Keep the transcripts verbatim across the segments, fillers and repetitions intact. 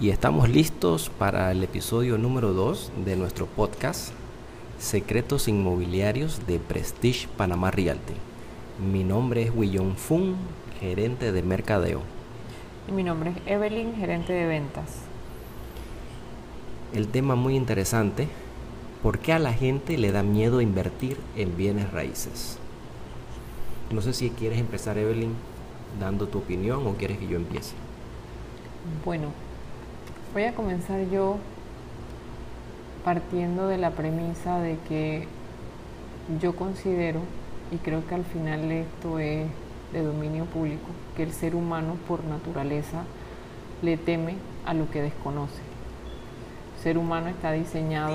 y estamos listos para el episodio número dos de nuestro podcast Secretos Inmobiliarios de Prestige Panamá Realty. Mi nombre es Willon Fun, gerente de mercadeo. Y mi nombre es Evelyn, gerente de ventas. El tema muy interesante: ¿por qué a la gente le da miedo invertir en bienes raíces? No sé si quieres empezar, Evelyn, dando tu opinión, o quieres que yo empiece. Bueno, voy a comenzar yo partiendo de la premisa de que yo considero, y creo que al final esto es de dominio público, que el ser humano por naturaleza le teme a lo que desconoce. El ser humano está diseñado,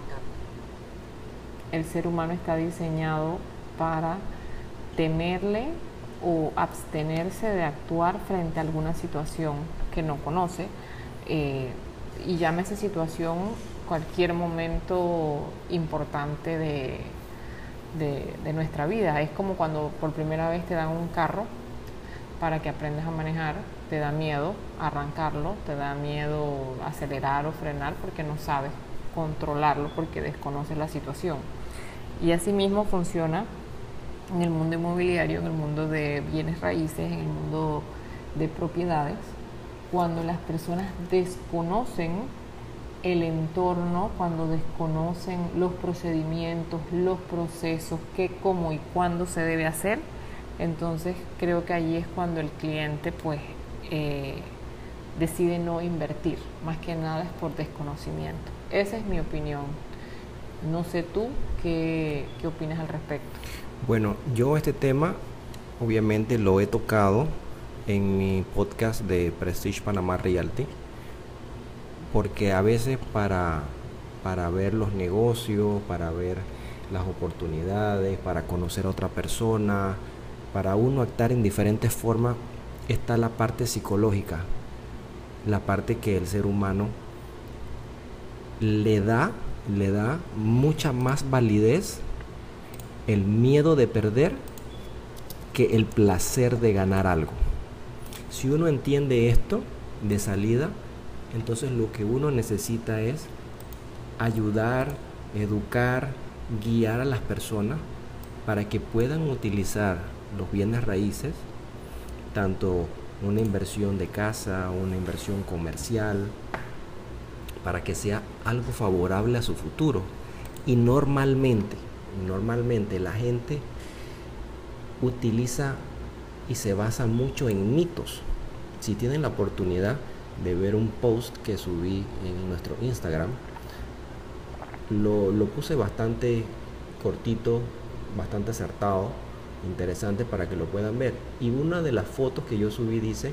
el ser humano está diseñado para temerle o abstenerse de actuar frente a alguna situación que no conoce, eh, y llámese situación cualquier momento importante de, de, de nuestra vida. Es como cuando por primera vez te dan un carro para que aprendas a manejar, te da miedo arrancarlo, te da miedo acelerar o frenar porque no sabes controlarlo, porque desconoces la situación. Y así mismo funciona en el mundo inmobiliario, en el mundo de bienes raíces, en el mundo de propiedades, cuando las personas desconocen el entorno, cuando desconocen los procedimientos, los procesos, qué, cómo y cuándo se debe hacer. Entonces creo que allí es cuando el cliente pues eh, decide no invertir, más que nada es por desconocimiento. Esa es mi opinión. No sé tú qué, qué opinas al respecto. Bueno, yo este tema obviamente lo he tocado en mi podcast de Prestige Panamá Realty, porque a veces para, para ver los negocios, para ver las oportunidades, para conocer a otra persona, para uno actuar en diferentes formas, está la parte psicológica, la parte que el ser humano le da, le da mucha más validez el miedo de perder que el placer de ganar algo. Si uno entiende esto de salida, entonces lo que uno necesita es ayudar, educar, guiar a las personas para que puedan utilizar los bienes raíces, tanto una inversión de casa, una inversión comercial, para que sea algo favorable a su futuro. Y normalmente, normalmente la gente utiliza y se basa mucho en mitos. Si tienen la oportunidad de ver un post que subí en nuestro Instagram, lo, lo puse bastante cortito, bastante acertado, interesante para que lo puedan ver. Y una de las fotos que yo subí dice: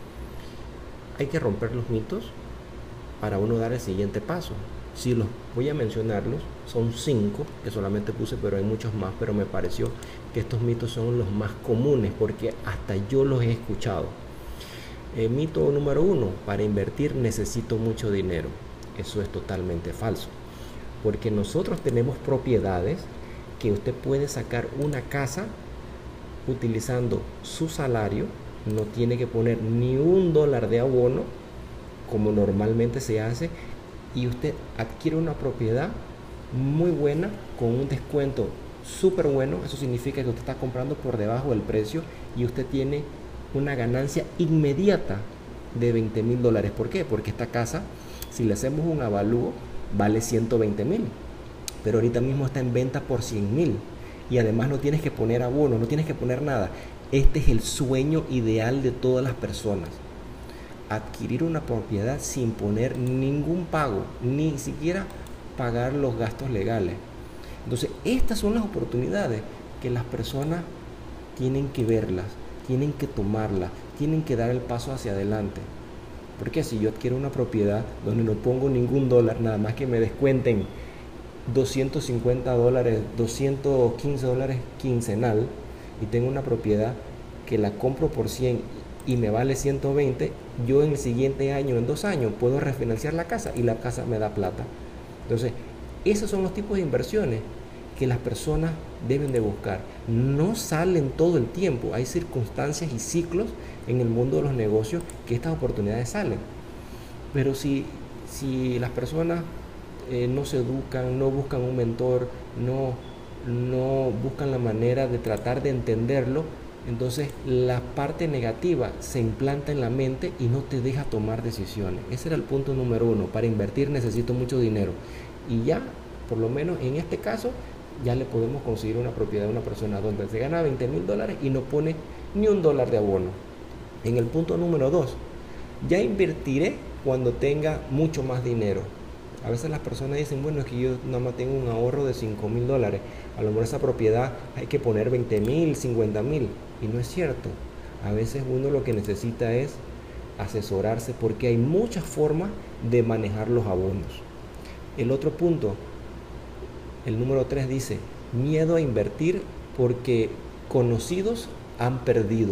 hay que romper los mitos para uno dar el siguiente paso. Si los voy a mencionarlos, son cinco que solamente puse, pero hay muchos más, pero me pareció que estos mitos son los más comunes porque hasta yo los he escuchado. Eh, mito número uno: para invertir necesito mucho dinero. Eso es totalmente falso, porque nosotros tenemos propiedades que usted puede sacar una casa utilizando su salario, no tiene que poner ni un dólar de abono como normalmente se hace, y usted adquiere una propiedad muy buena con un descuento súper bueno. Eso significa que usted está comprando por debajo del precio y usted tiene una ganancia inmediata de veinte mil dólares. ¿Por qué? Porque esta casa, si le hacemos un avalúo, vale ciento veinte mil, pero ahorita mismo está en venta por cien mil, y además no tienes que poner abono, no tienes que poner nada. Este es el sueño ideal de todas las personas: adquirir una propiedad sin poner ningún pago, ni siquiera pagar los gastos legales. Entonces, estas son las oportunidades que las personas tienen que verlas, tienen que tomarlas, tienen que dar el paso hacia adelante. Porque si yo adquiero una propiedad donde no pongo ningún dólar, nada más que me descuenten doscientos cincuenta dólares, doscientos quince dólares quincenal, y tengo una propiedad que la compro por cien y me vale ciento veinte, yo en el siguiente año, en dos años, puedo refinanciar la casa y la casa me da plata. Entonces, esos son los tipos de inversiones que las personas deben de buscar. No salen todo el tiempo, hay circunstancias y ciclos en el mundo de los negocios que estas oportunidades salen. Pero si, si las personas eh, no se educan, no buscan un mentor, no, no buscan la manera de tratar de entenderlo, entonces la parte negativa se implanta en la mente y no te deja tomar decisiones. Ese era el punto número uno. Para invertir necesito mucho dinero. Y ya, por lo menos en este caso, ya le podemos conseguir una propiedad a una persona donde se gana veinte mil dólares y no pone ni un dólar de abono. En el punto número dos, ya invertiré cuando tenga mucho más dinero. A veces las personas dicen, bueno, es que yo nada más tengo un ahorro de cinco mil dólares. A lo mejor esa propiedad hay que poner veinte mil, cincuenta mil. Y no es cierto. A veces uno lo que necesita es asesorarse porque hay muchas formas de manejar los abonos. El otro punto, el número tres dice, miedo a invertir porque conocidos han perdido.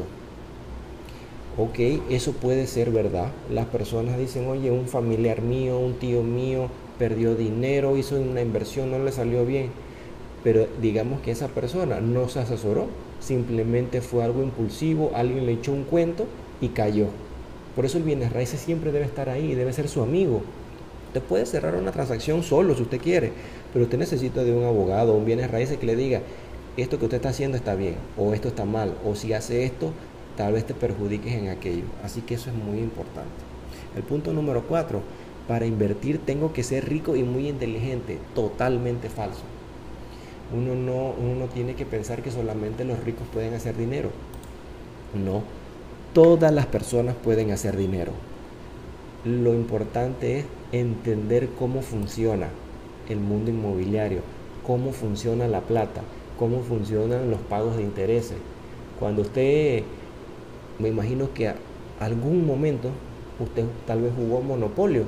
Ok, eso puede ser verdad. Las personas dicen, oye, un familiar mío, un tío mío perdió dinero, hizo una inversión, no le salió bien. Pero digamos que esa persona no se asesoró, simplemente fue algo impulsivo, alguien le echó un cuento y cayó. Por eso el bienes raíces siempre debe estar ahí, debe ser su amigo. Usted puede cerrar una transacción solo si usted quiere, pero usted necesita de un abogado o un bienes raíces que le diga, esto que usted está haciendo está bien, o esto está mal, o si hace esto, tal vez te perjudiques en aquello. Así que eso es muy importante. El punto número cuatro, para invertir tengo que ser rico y muy inteligente. Totalmente falso. Uno no, uno no tiene que pensar que solamente los ricos pueden hacer dinero. No, todas las personas pueden hacer dinero. Lo importante es entender cómo funciona el mundo inmobiliario, cómo funciona la plata, cómo funcionan los pagos de intereses. Cuando usted, me imagino que a algún momento usted tal vez jugó Monopolio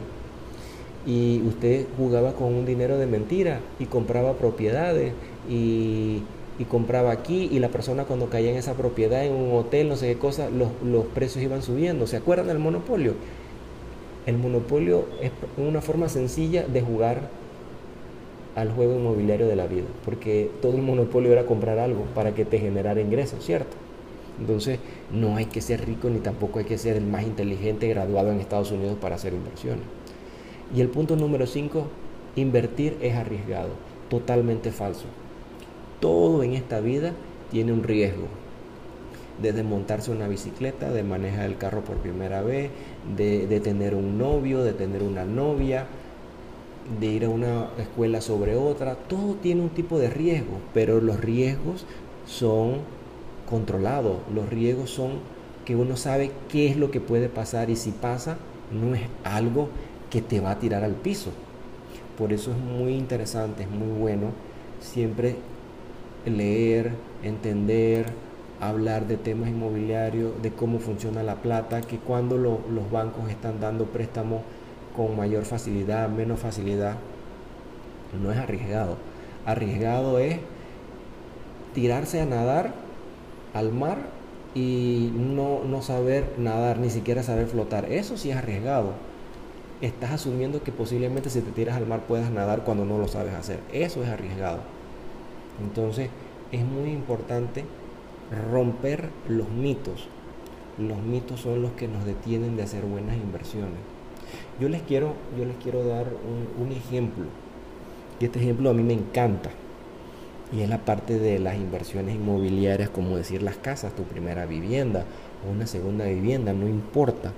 y usted jugaba con un dinero de mentira y compraba propiedades y, y compraba aquí, y la persona cuando caía en esa propiedad, en un hotel, no sé qué cosa, los, los precios iban subiendo. ¿Se acuerdan del Monopolio? El Monopolio es una forma sencilla de jugar al juego inmobiliario de la vida, porque todo el monopolio era comprar algo para que te generara ingresos, ¿cierto? Entonces no hay que ser rico ni tampoco hay que ser el más inteligente graduado en Estados Unidos para hacer inversiones. Y el punto número cinco, invertir es arriesgado. Totalmente falso. Todo en esta vida tiene un riesgo. Desde montarse una bicicleta, de manejar el carro por primera vez, de, de tener un novio, de tener una novia, de ir a una escuela sobre otra. Todo tiene un tipo de riesgo, pero los riesgos son controlados. Los riesgos son que uno sabe qué es lo que puede pasar, y si pasa, no es algo que te va a tirar al piso. Por eso es muy interesante, es muy bueno siempre leer, entender, hablar de temas inmobiliarios, de cómo funciona la plata, que cuando lo, los bancos están dando préstamos con mayor facilidad, menos facilidad, no es arriesgado. Arriesgado es tirarse a nadar al mar y no, no saber nadar, ni siquiera saber flotar. Eso sí es arriesgado. Estás asumiendo que posiblemente si te tiras al mar puedas nadar cuando no lo sabes hacer. Eso es arriesgado. Entonces es muy importante romper los mitos. Los mitos son los que nos detienen de hacer buenas inversiones. Yo les quiero, yo les quiero dar un, un ejemplo. Y este ejemplo a mí me encanta. Y es la parte de las inversiones inmobiliarias, como decir las casas, tu primera vivienda o una segunda vivienda, no importa.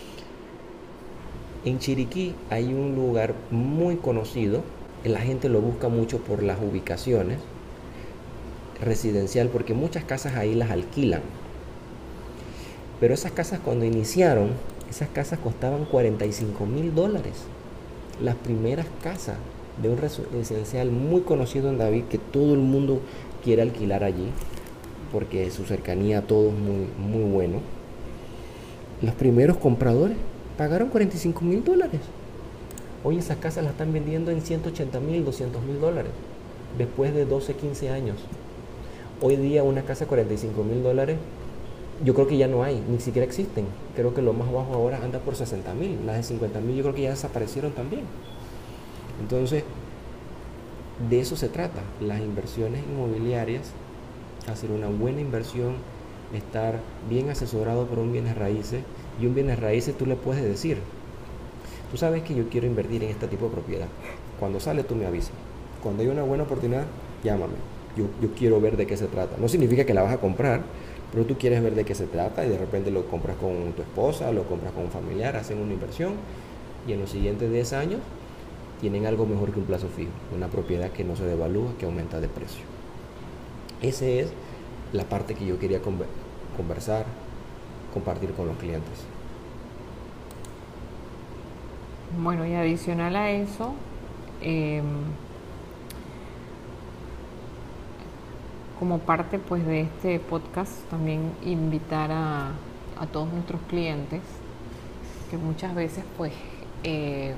En Chiriquí hay un lugar muy conocido, la gente lo busca mucho por las ubicaciones, residencial, porque muchas casas ahí las alquilan. Pero esas casas cuando iniciaron, esas casas costaban cuarenta y cinco mil dólares. Las primeras casas de un residencial muy conocido en David, que todo el mundo quiere alquilar allí, porque su cercanía a todo es muy, muy bueno. Los primeros compradores pagaron cuarenta y cinco mil dólares. Hoy esas casas las están vendiendo en ciento ochenta mil, doscientos mil dólares, después de doce, quince años. Hoy día una casa de cuarenta y cinco mil dólares, yo creo que ya no hay, ni siquiera existen. Creo que lo más bajo ahora anda por sesenta mil. Las de cincuenta mil yo creo que ya desaparecieron también. Entonces, de eso se trata. Las inversiones inmobiliarias, hacer una buena inversión, estar bien asesorado por un bienes raíces. Y un bienes raíces tú le puedes decir, tú sabes que yo quiero invertir en este tipo de propiedad. Cuando sale tú me avisas. Cuando hay una buena oportunidad, llámame. Yo, yo quiero ver de qué se trata. No significa que la vas a comprar, pero tú quieres ver de qué se trata y de repente lo compras con tu esposa, lo compras con un familiar, hacen una inversión y en los siguientes diez años tienen algo mejor que un plazo fijo, una propiedad que no se devalúa, que aumenta de precio. Esa es la parte que yo quería conversar, compartir con los clientes. Bueno, y adicional a eso, eh, como parte pues de este podcast, también invitar a, a todos nuestros clientes que muchas veces pues eh,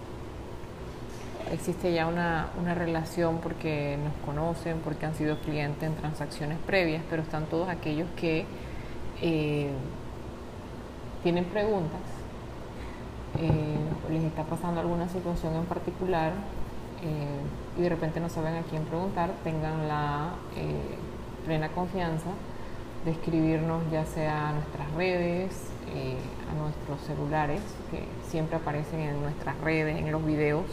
existe ya una, una relación porque nos conocen, porque han sido clientes en transacciones previas, pero están todos aquellos que eh, tienen preguntas, eh, les está pasando alguna situación en particular eh, y de repente no saben a quién preguntar. Tengan la eh, plena confianza de escribirnos ya sea a nuestras redes, eh, a nuestros celulares, que siempre aparecen en nuestras redes, en los videos,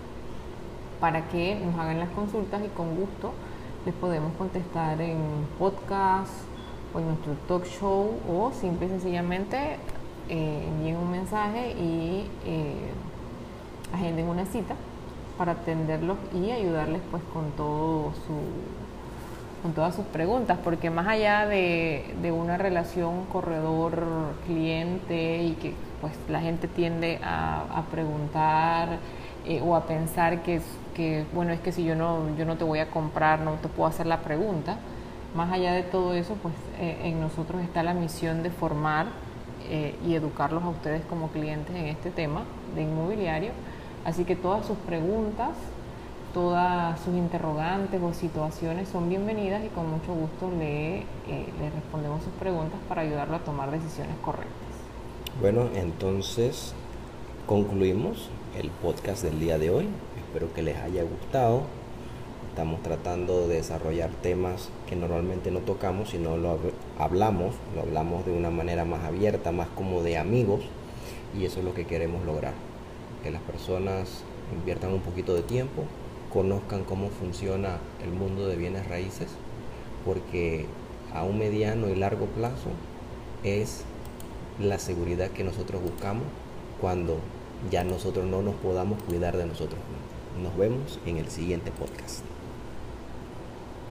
para que nos hagan las consultas y con gusto les podemos contestar en podcast o en nuestro talk show, o simple y sencillamente eh, envíen un mensaje y eh, agenden una cita para atenderlos y ayudarles pues con todo su con todas sus preguntas, porque más allá de, de una relación corredor-cliente y que pues la gente tiende a, a preguntar eh, o a pensar que, que bueno, es que si yo no, yo no te voy a comprar, no te puedo hacer la pregunta. Más allá de todo eso, pues eh, en nosotros está la misión de formar eh, y educarlos a ustedes como clientes en este tema de inmobiliario. Así que todas sus preguntas, todas sus interrogantes o situaciones son bienvenidas y con mucho gusto le, eh, le respondemos sus preguntas para ayudarlo a tomar decisiones correctas. Bueno, entonces concluimos el podcast del día de hoy. Espero que les haya gustado. Estamos tratando de desarrollar temas que normalmente no tocamos, sino lo hablamos, lo hablamos de una manera más abierta, más como de amigos, y eso es lo que queremos lograr, que las personas inviertan un poquito de tiempo, conozcan cómo funciona el mundo de bienes raíces, porque a un mediano y largo plazo es la seguridad que nosotros buscamos cuando ya nosotros no nos podamos cuidar de nosotros mismos. Nos vemos en el siguiente podcast.